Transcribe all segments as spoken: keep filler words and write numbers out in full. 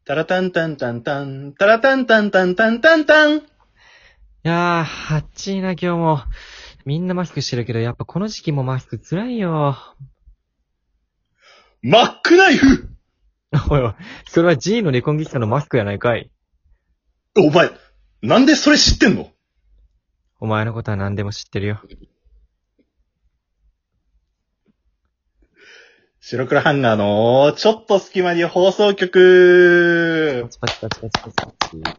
タラタンタンタンタン、タラタンタンタンタンタンタン。いやー、暑いな今日も。みんなマスクしてるけど、やっぱこの時期もマスク辛いよ。 マックナイフおいおい、それは G のレコンギスタのマスクやないかい。 お前、なんでそれ知ってんの？ お前のことは何でも知ってるよ。 白黒ハンガーのちょっと隙間に放送局。 パチパチパチパチパチパ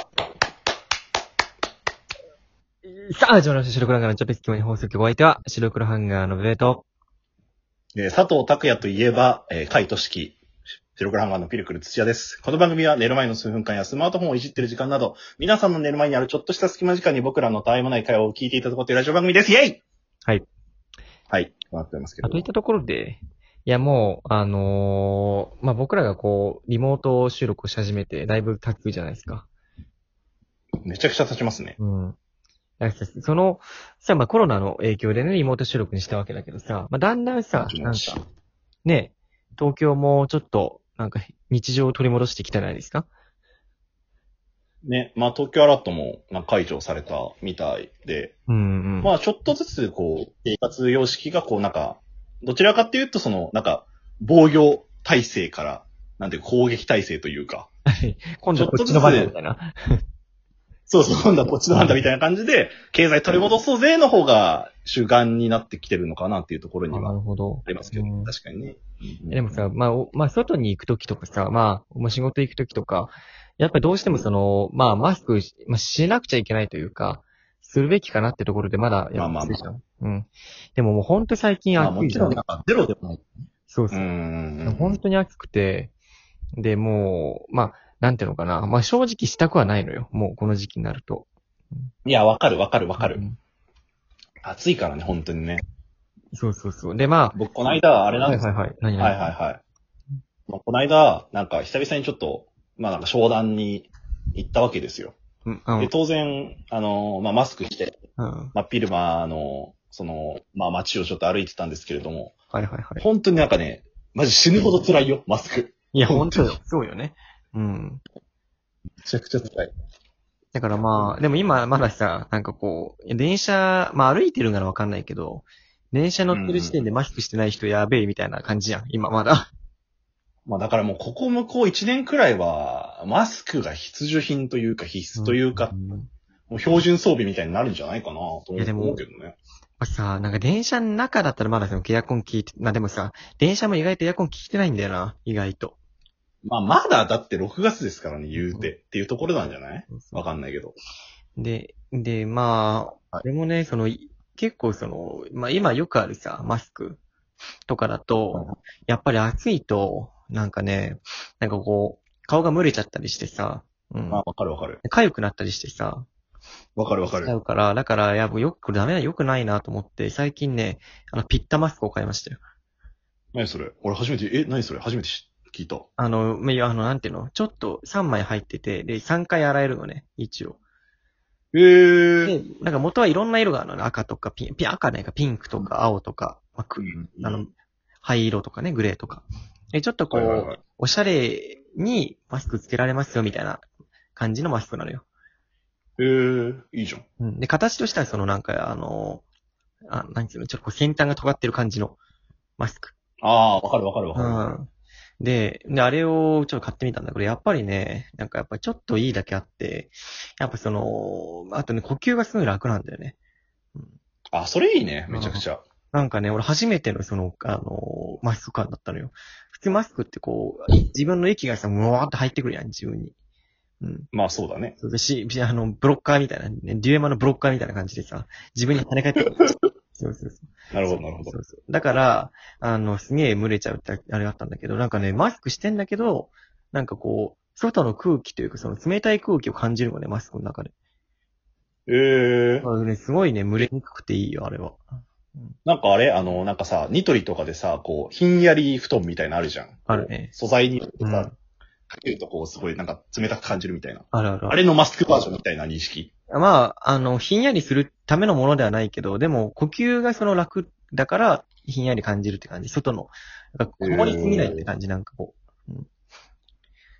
チ。さあ、始まりました。白黒ハンガーのちょっと隙間に放送局。お相手は、白黒ハンガーのベート。 えー佐藤拓也といえば、えー、海俊樹、白黒ハンガーのピルクル土屋です。この番組は寝る前の数分間やスマートフォンをいじってる時間など、皆さんの寝る前にあるちょっとした隙間時間に僕らのたわいもない会話を聞いていただこうというラジオ番組です。イェイはい。 はい。なってますけど。 あといったところで、いやもう、あのー、まあ、僕らがこう、リモート収録をし始めて、だいぶ経つじゃないですか。 めちゃくちゃ立ちますね。 うん。その、さ、まあ、コロナの影響でね、リモート収録にしたわけだけどさ、まあ、だんだんさ、なんか、ね、東京もちょっと、なんか、日常を取り戻してきたじゃないですか。 ね、まあ東京アラートもなんか解除されたみたいで、 うんうん。 まあちょっとずつこう、生活様式がこうなんか、どちらかっていうとその、なんか、防御体制から、なんていうか攻撃体制というか、 今度こっちの番だみたいな。 そうそう、今度はこっちの番だみたいな感じで、経済取り戻そうぜの方が主眼になってきてるのかなっていうところにあ、なはるほど。 ありますけど、 うん確かにね。 でもさ、まあ、おまあ、外に行くときとかさ、まあ、もう仕事行くときとか、やっぱりどうしてもその、まあ、マスクし、まあ、しなくちゃいけないというか、するべきかなってところでまだ、 まあまあまあやっぱりじゃん。うん。でももうほんと最近まあ暑いじゃん。 もちろんなんかゼロでもない。 そうそうう。 ん。 本当に暑くて、で、もう、まあ、なんていうのかな。まあ、正直したくはないのよ。もうこの時期になると。 いや、わかるわかるわかる。 うん暑いからね、本当にね。 そうそうそう。で、ま僕、この間、ああ、 れなんですよ。 はいはいはい。何はい 々 はいはい。まあ、この間、なんか久々にちょっと、まあなんか商談に行ったわけですよ。 うん、うんで、当然、あの、まあマスクして、 うん。 真っ昼間の、その、まあ街をちょっと歩いてたんですけれども、 はいはいはい。 本当になんかね、マジ死ぬほど辛いよ、マスク。 いや、 本当に本当よ。そうよね。うん。 めちゃくちゃ辛い。 だからまあ、でも今まださ、なんかこう、電車、まあ歩いてるならわかんないけど、電車乗ってる時点でマスクしてない人やべえみたいな感じやん。今まだ。 まあだからもうここ向こういちねんくらいは、マスクが必需品というか必須というか、 うんもう標準装備みたいになるんじゃないかなといやでも思うけどね。 さ、なんか電車の中だったらまだそのエアコン効いて、まあでもさ、電車も意外とエアコン効いてないんだよな。意外と。 まあまだだってろくがつですからね、言うて。っていうところなんじゃないそうそうわかんないけど。 で、で、まあ、あれもね、その、い結構その、まあ今よくあるさ、マスクとかだと、やっぱり暑いと、なんかね、なんかこう、顔が蒸れちゃったりしてさ、うんまあ。わかるわかる。 痒くなったりしてさ、 わかるわかしちゃる。 うから、だから、やっぱよく、ダメだ、よくないなと思って、最近ね、あの、ピッタマスクを買いましたよ。 何それ俺初めて、え、何それ初めて知聞いた。 あの、めあの、なんていうのちょっとさんまい入ってて、で、さんかい洗えるのね、一応。 えー。 で、なんか元はいろんな色があるのね。赤とかピン、ピン、赤ね、ピンクとか青とか、まあ、くうんあの、灰色とかね、グレーとか。で、ちょっとこう、 はいはいはいおしゃれにマスクつけられますよ、みたいな感じのマスクなのよ。 えー、いいじゃん。 うん。で、形としてはそのなんか、あの、あ、なんていうの、ちょっとこう先端が尖ってる感じのマスク。 ああー、わかるわかるわうかる。 ん。で、で、あれをちょっと買ってみたんだけど、やっぱりね、なんかやっぱちょっといいだけあって、やっぱその、あとね、呼吸がすごい楽なんだよね。 あ、それいいね、めちゃくちゃ。 なんかね、俺初めてのその、あの、マスク感だったのよ。普通マスクってこう、自分の息がさ、もわーって入ってくるやん、自分に。うん。 まあそうだね。 そうでし、あの、ブロッカーみたいな、ね、デュエマのブロッカーみたいな感じでさ、自分に跳ね返ってくる。そうそうそう。 なるほどなるほどそ。うそう。だから、あの、すげえ蒸れちゃうってあれがあったんだけど、なんかね、マスクしてんだけど、なんかこう、外の空気というか、その冷たい空気を感じるのね、マスクの中で。 えー。 あのね、すごいね、蒸れにくくていいよ、あれは。 なんかあれあの、なんかさ、ニトリとかでさ、こう、ひんやり布団みたいなのあるじゃん。 あるね。 素材によってさ、 うんかけるとこう、すごいなんか冷たく感じるみたいな。 あるあるある。 あれのマスクバージョンみたいな認識。 まあ、あの、ひんやりするためのものではないけど、でも、呼吸がその楽だから、ひんやり感じるって感じ。外の、なんかこもりすぎないって感じ、なんかこう。うん、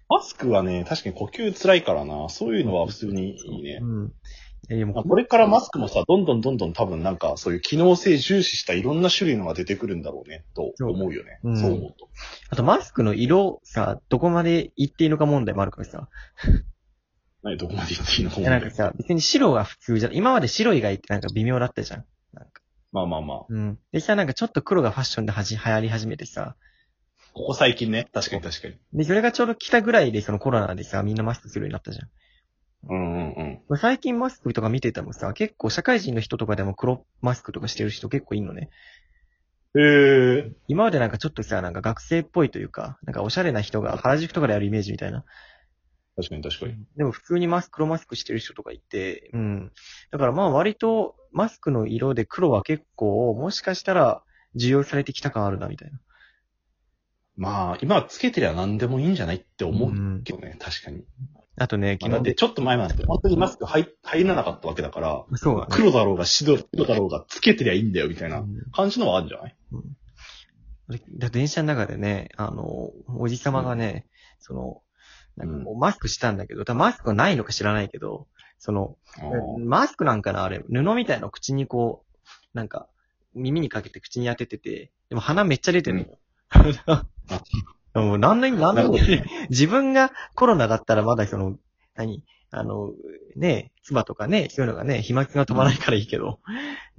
マスクはね、確かに呼吸辛いからな。そういうのは普通にいいね。 うん。いや、もうこれからマスクもさ、どんどんどんどん多分なんか、そういう機能性重視したいろんな種類のが出てくるんだろうね、と思うよね。 そう、 そう思うと。 あとマスクの色さ、どこまでいっていいのか問題もあるからさ。 何、どこまで言っていいのかいや、なんかさ、別に白が普通じゃ、今まで白以外ってなんか微妙だったじゃん。なんか。 まあまあまあ。 うん。でさ、なんかちょっと黒がファッションではじ、流行り始めてさ。 ここ最近ね。確かに確かに。 で、それがちょうど来たぐらいでそのコロナでさ、みんなマスクするようになったじゃん。 うんうんうん。 最近マスクとか見ててもさ、結構社会人の人とかでも黒マスクとかしてる人結構いんのね。 へえ。 今までなんかちょっとさ、なんか学生っぽいというか、なんかおしゃれな人が原宿とかでやるイメージみたいな。 確かに確かに。 でも普通にマスク、黒マスクしてる人とかいて、うん。だからまあ割とマスクの色で黒は結構、もしかしたら需要されてきた感あるな、みたいな。 まあ、今はつけてりゃ何でもいいんじゃないって思ううんけどね、確かに。 あとね、 まあ、だ昨日で、 ってちょっと前まで本当にマスク入入らなかったわけだから、 そうだね。 黒だろうが白だろうがつけてりゃいいんだよみたいなうん感じのはあるんじゃない？ うんで電車の中でね、あの、おじさまがね、その、なんかこうマスクしたんだけど、多分マスクがないのか知らないけど、その、 あーマスクなんかなあれ、布みたいなの口にこう、なんか、耳にかけて口に当ててて、でも鼻めっちゃ出てるのよ。もう何の意味、何の意味、自分がコロナだったらまだその、何あの、ね、唾とかね、そういうのがね、飛沫が飛ばないからいいけど。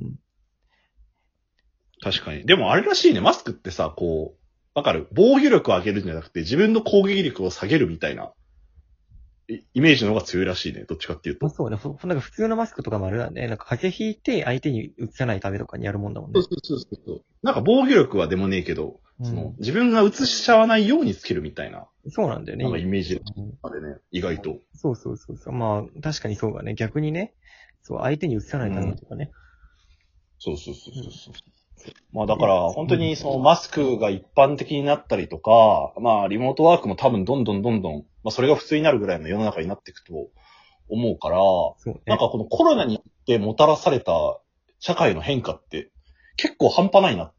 確かに。でもあれらしいね、マスクってさ、こう、わかる？防御力を上げるんじゃなくて、自分の攻撃力を下げるみたいな、イイメージの方が強いらしいね、どっちかっていうと。 そうね、そなんか普通のマスクとかもあるよね。なんか風邪ひいて相手に移さないためとかにやるもんだもんね。 そうそうそうそう。なんか防御力はでもねえけど、 うんその、自分が移しちゃわないようにつけるみたいな、 そうなんだよね。 なんかイメージうんあれね、意外と。 そうそうそうそう。まあ、確かにそうだね。逆にね、そう、相手に移さないためとかね。 そうそうそうそうそう。まあだから、本当にそのマスクが一般的になったりとか、まあリモートワークも多分どんどんどんどん、まあそれが普通になるぐらいの世の中になっていくと思うから、 そうね。 なんかこのコロナによってもたらされた社会の変化って結構半端ないなって、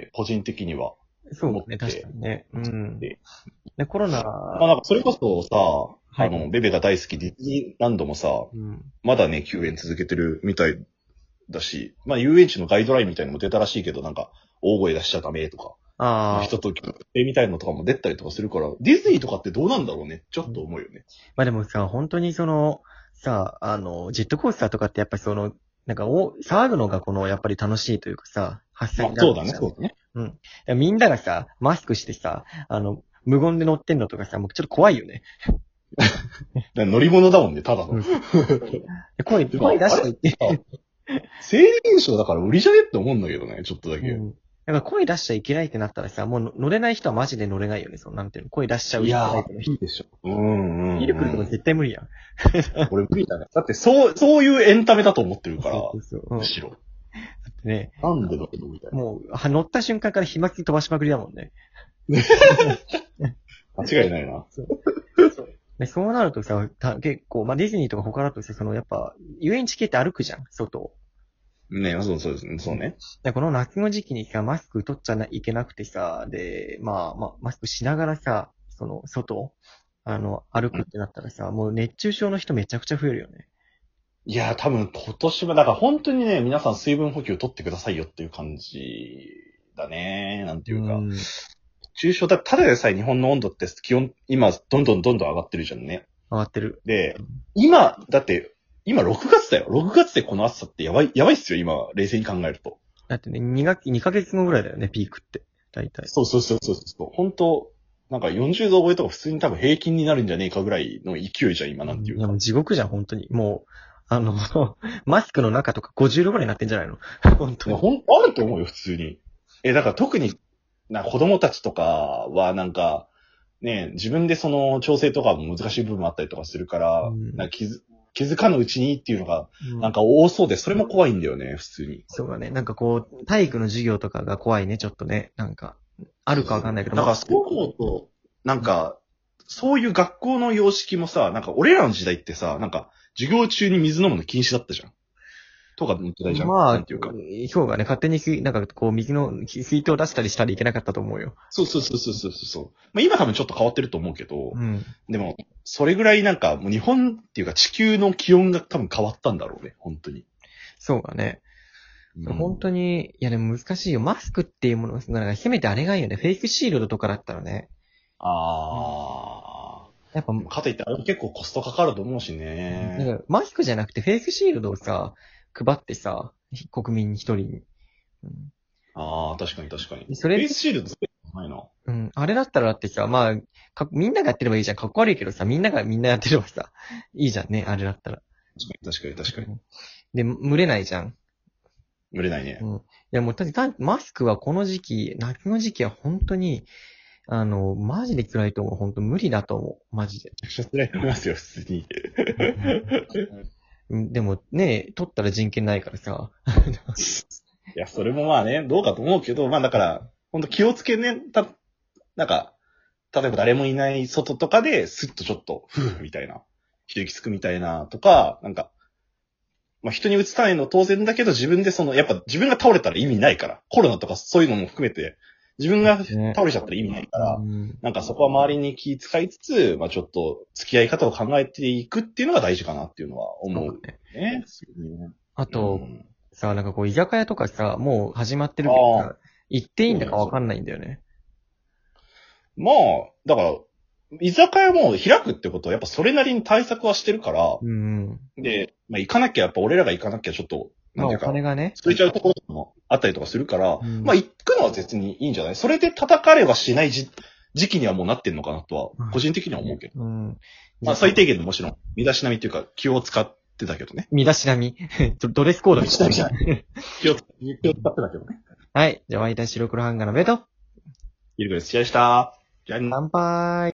個人的には。 そうだね、確かにね。うん。 でで、コロナ、 まあなんかそれこそさ、 はいあの、ベベが大好きディズニーランドもさ、 うん。 まだね、休園続けてるみたいだし、まあ遊園地のガイドラインみたいなのも出たらしいけど、なんか、大声出しちゃダメとか、まあ、 ああ、 人と共生みたいなのとかも出たりとかするから、ディズニーとかってどうなんだろうね、ちょっと思うよね。 まあでもさ、本当にその、さ、あの、ジェットコースターとかってやっぱりその、なんかお、騒ぐのがこの、やっぱり楽しいというかさ、発散まあになるそうだね、そうだね。 うん。みんながさ、マスクしてさ、あの、無言で乗ってんのとかさ、もうちょっと怖いよね。 だから乗り物だもんね、ただの。 うん声、声出していって。 生理現象だから売りじゃねって思うんだけどね、ちょっとだけ。 うん。だから声出しちゃいけないってなったらさ、もう乗れない人はマジで乗れないよね。そのなんていうの、声出しちゃういやー人の人。 いいでしょ。うんうん、うん。 ミルクルとか絶対無理やん。 俺無理だね。だってそう、そういうエンタメだと思ってるから、 そうそうそう。うん。だむしろ。 ってね、 なんでだけど、みたいな。 もう、は乗った瞬間から飛沫飛ばしまくりだもんね。 間違いないな。 でそうなるとさ、た結構、まあ、ディズニーとか他だとさ、そのやっぱ、遊園地系って歩くじゃん、外を。 ねそうそうですね、そうね。 でこの夏の時期にさ、マスク取っちゃいけなくてさ、で、まあ、まあ、マスクしながらさ、その、外、あの、歩くってなったらさ、もう熱中症の人めちゃくちゃ増えるよね。 いやー、多分今年は、だから本当にね、皆さん水分補給取ってくださいよっていう感じだね。なんていうか。 ん中小だ、ただでさえ日本の温度って気温、今、どんどんどんどん上がってるじゃんね。 上がってる。 で、今、だって、今ろくがつだよ。ろくがつでこの暑さってやばい、やばいっすよ、今、冷静に考えると。 だってね、にがつ、にかげつごぐらいだよね、ピークって。大体。 そうそうそうそうそう。本当なんかよんじゅうど超えとか普通に多分平均になるんじゃねえかぐらいの勢いじゃん、今なんていうか。 いや、もう地獄じゃん、本当に。もう、あの、マスクの中とかごじゅうどぐらいになってんじゃないの本当に。 いやほん、あると思うよ、普通に。え、だから特に、な、子供たちとかはなんか、ね、自分でその調整とかも難しい部分もあったりとかするから、 うんなんか気づ、気づかぬうちにっていうのが、 うんなんか多そうで、それも怖いんだよね、普通に。 そうだね。なんかこう、体育の授業とかが怖いね、ちょっとね。なんか、あるかわかんないけど。 だからそう思うと、なんか、そういう学校の様式もさ、なんか俺らの時代ってさ、なんか、授業中に水飲むの禁止だったじゃん。 とかの時代じゃん。 まあ、 なんていうか。 ヒョウがね、勝手にふ、なんかこう、水の、水筒を出したりしたらいけなかったと思うよ。 そうそうそうそうそうそう。まあ今多分ちょっと変わってると思うけど、 うん。 でも、それぐらいなんか、もう日本っていうか地球の気温が多分変わったんだろうね、本当に。 そうだね。 うん、 本当に、いやでも難しいよ。マスクっていうもの、なんかせめてあれがいいよね。フェイクシールドとかだったらね。 あやっぱ、 ー。かといってあれも結構コストかかると思うしなんね。 かマスクじゃなくてフェイクシールドをさ、配ってさ、国民一人に。うん、 あー、確かに確かに。 それフェイスシールドつけてないな。 うん。あれだったらだってさ、まあ、か、みんながやってればいいじゃん。かっこ悪いけどさ、みんながみんなやってればさ、いいじゃんね、あれだったら。 確かに確かに確かに。 で、蒸れないじゃん。 売れないね。 うん。いや、もう、ただ、マスクはこの時期、夏の時期は本当に、あの、マジで辛いと思う。本当無理だと思う。マジで。 めちゃくちゃ辛いと思いますよ、普通に。 うんでもね、取ったら人権ないからさ。 いや、それもまあね、どうかと思うけど、まあだから、ほんと気をつけね、た、なんか、例えば誰もいない外とかで、スッとちょっと、ふぅ、みたいな。一息つくみたいな、とか、なんか、まあ人に移さないの当然だけど、自分でその、やっぱ自分が倒れたら意味ないから。コロナとかそういうのも含めて、自分が倒れちゃったら意味ないから、 うんなんかそこは周りに気遣いつつ、まあちょっと付き合い方を考えていくっていうのが大事かなっていうのは思うね。 あと、 うんさ、なんかこう、居酒屋とかさ、もう始まってるけどさ、行っていいんだかわかんないんだよね。 まあ、だから、居酒屋も開くってことはやっぱそれなりに対策はしてるから、 うんうん。 で、まあ行かなきゃ、やっぱ俺らが行かなきゃちょっと、なまあおんていうか、 金がね。 ついちゃうところもあったりとかするから、 うんまあ行くのは別にいいんじゃない？それで叩かれはしないじ時期にはもうなってんのかなとは、個人的には思うけど。 うん。 まあ最低限でもちろん、身だしなみっていうか気を使ってたけどね。 身だしなみ。ドドレスコード身だしなみじゃない気を、気を使ってたけどね。 はい。じゃあ、ワイタ白黒ハンガーのベト。 イルグです。試合した。じゃあね乾杯。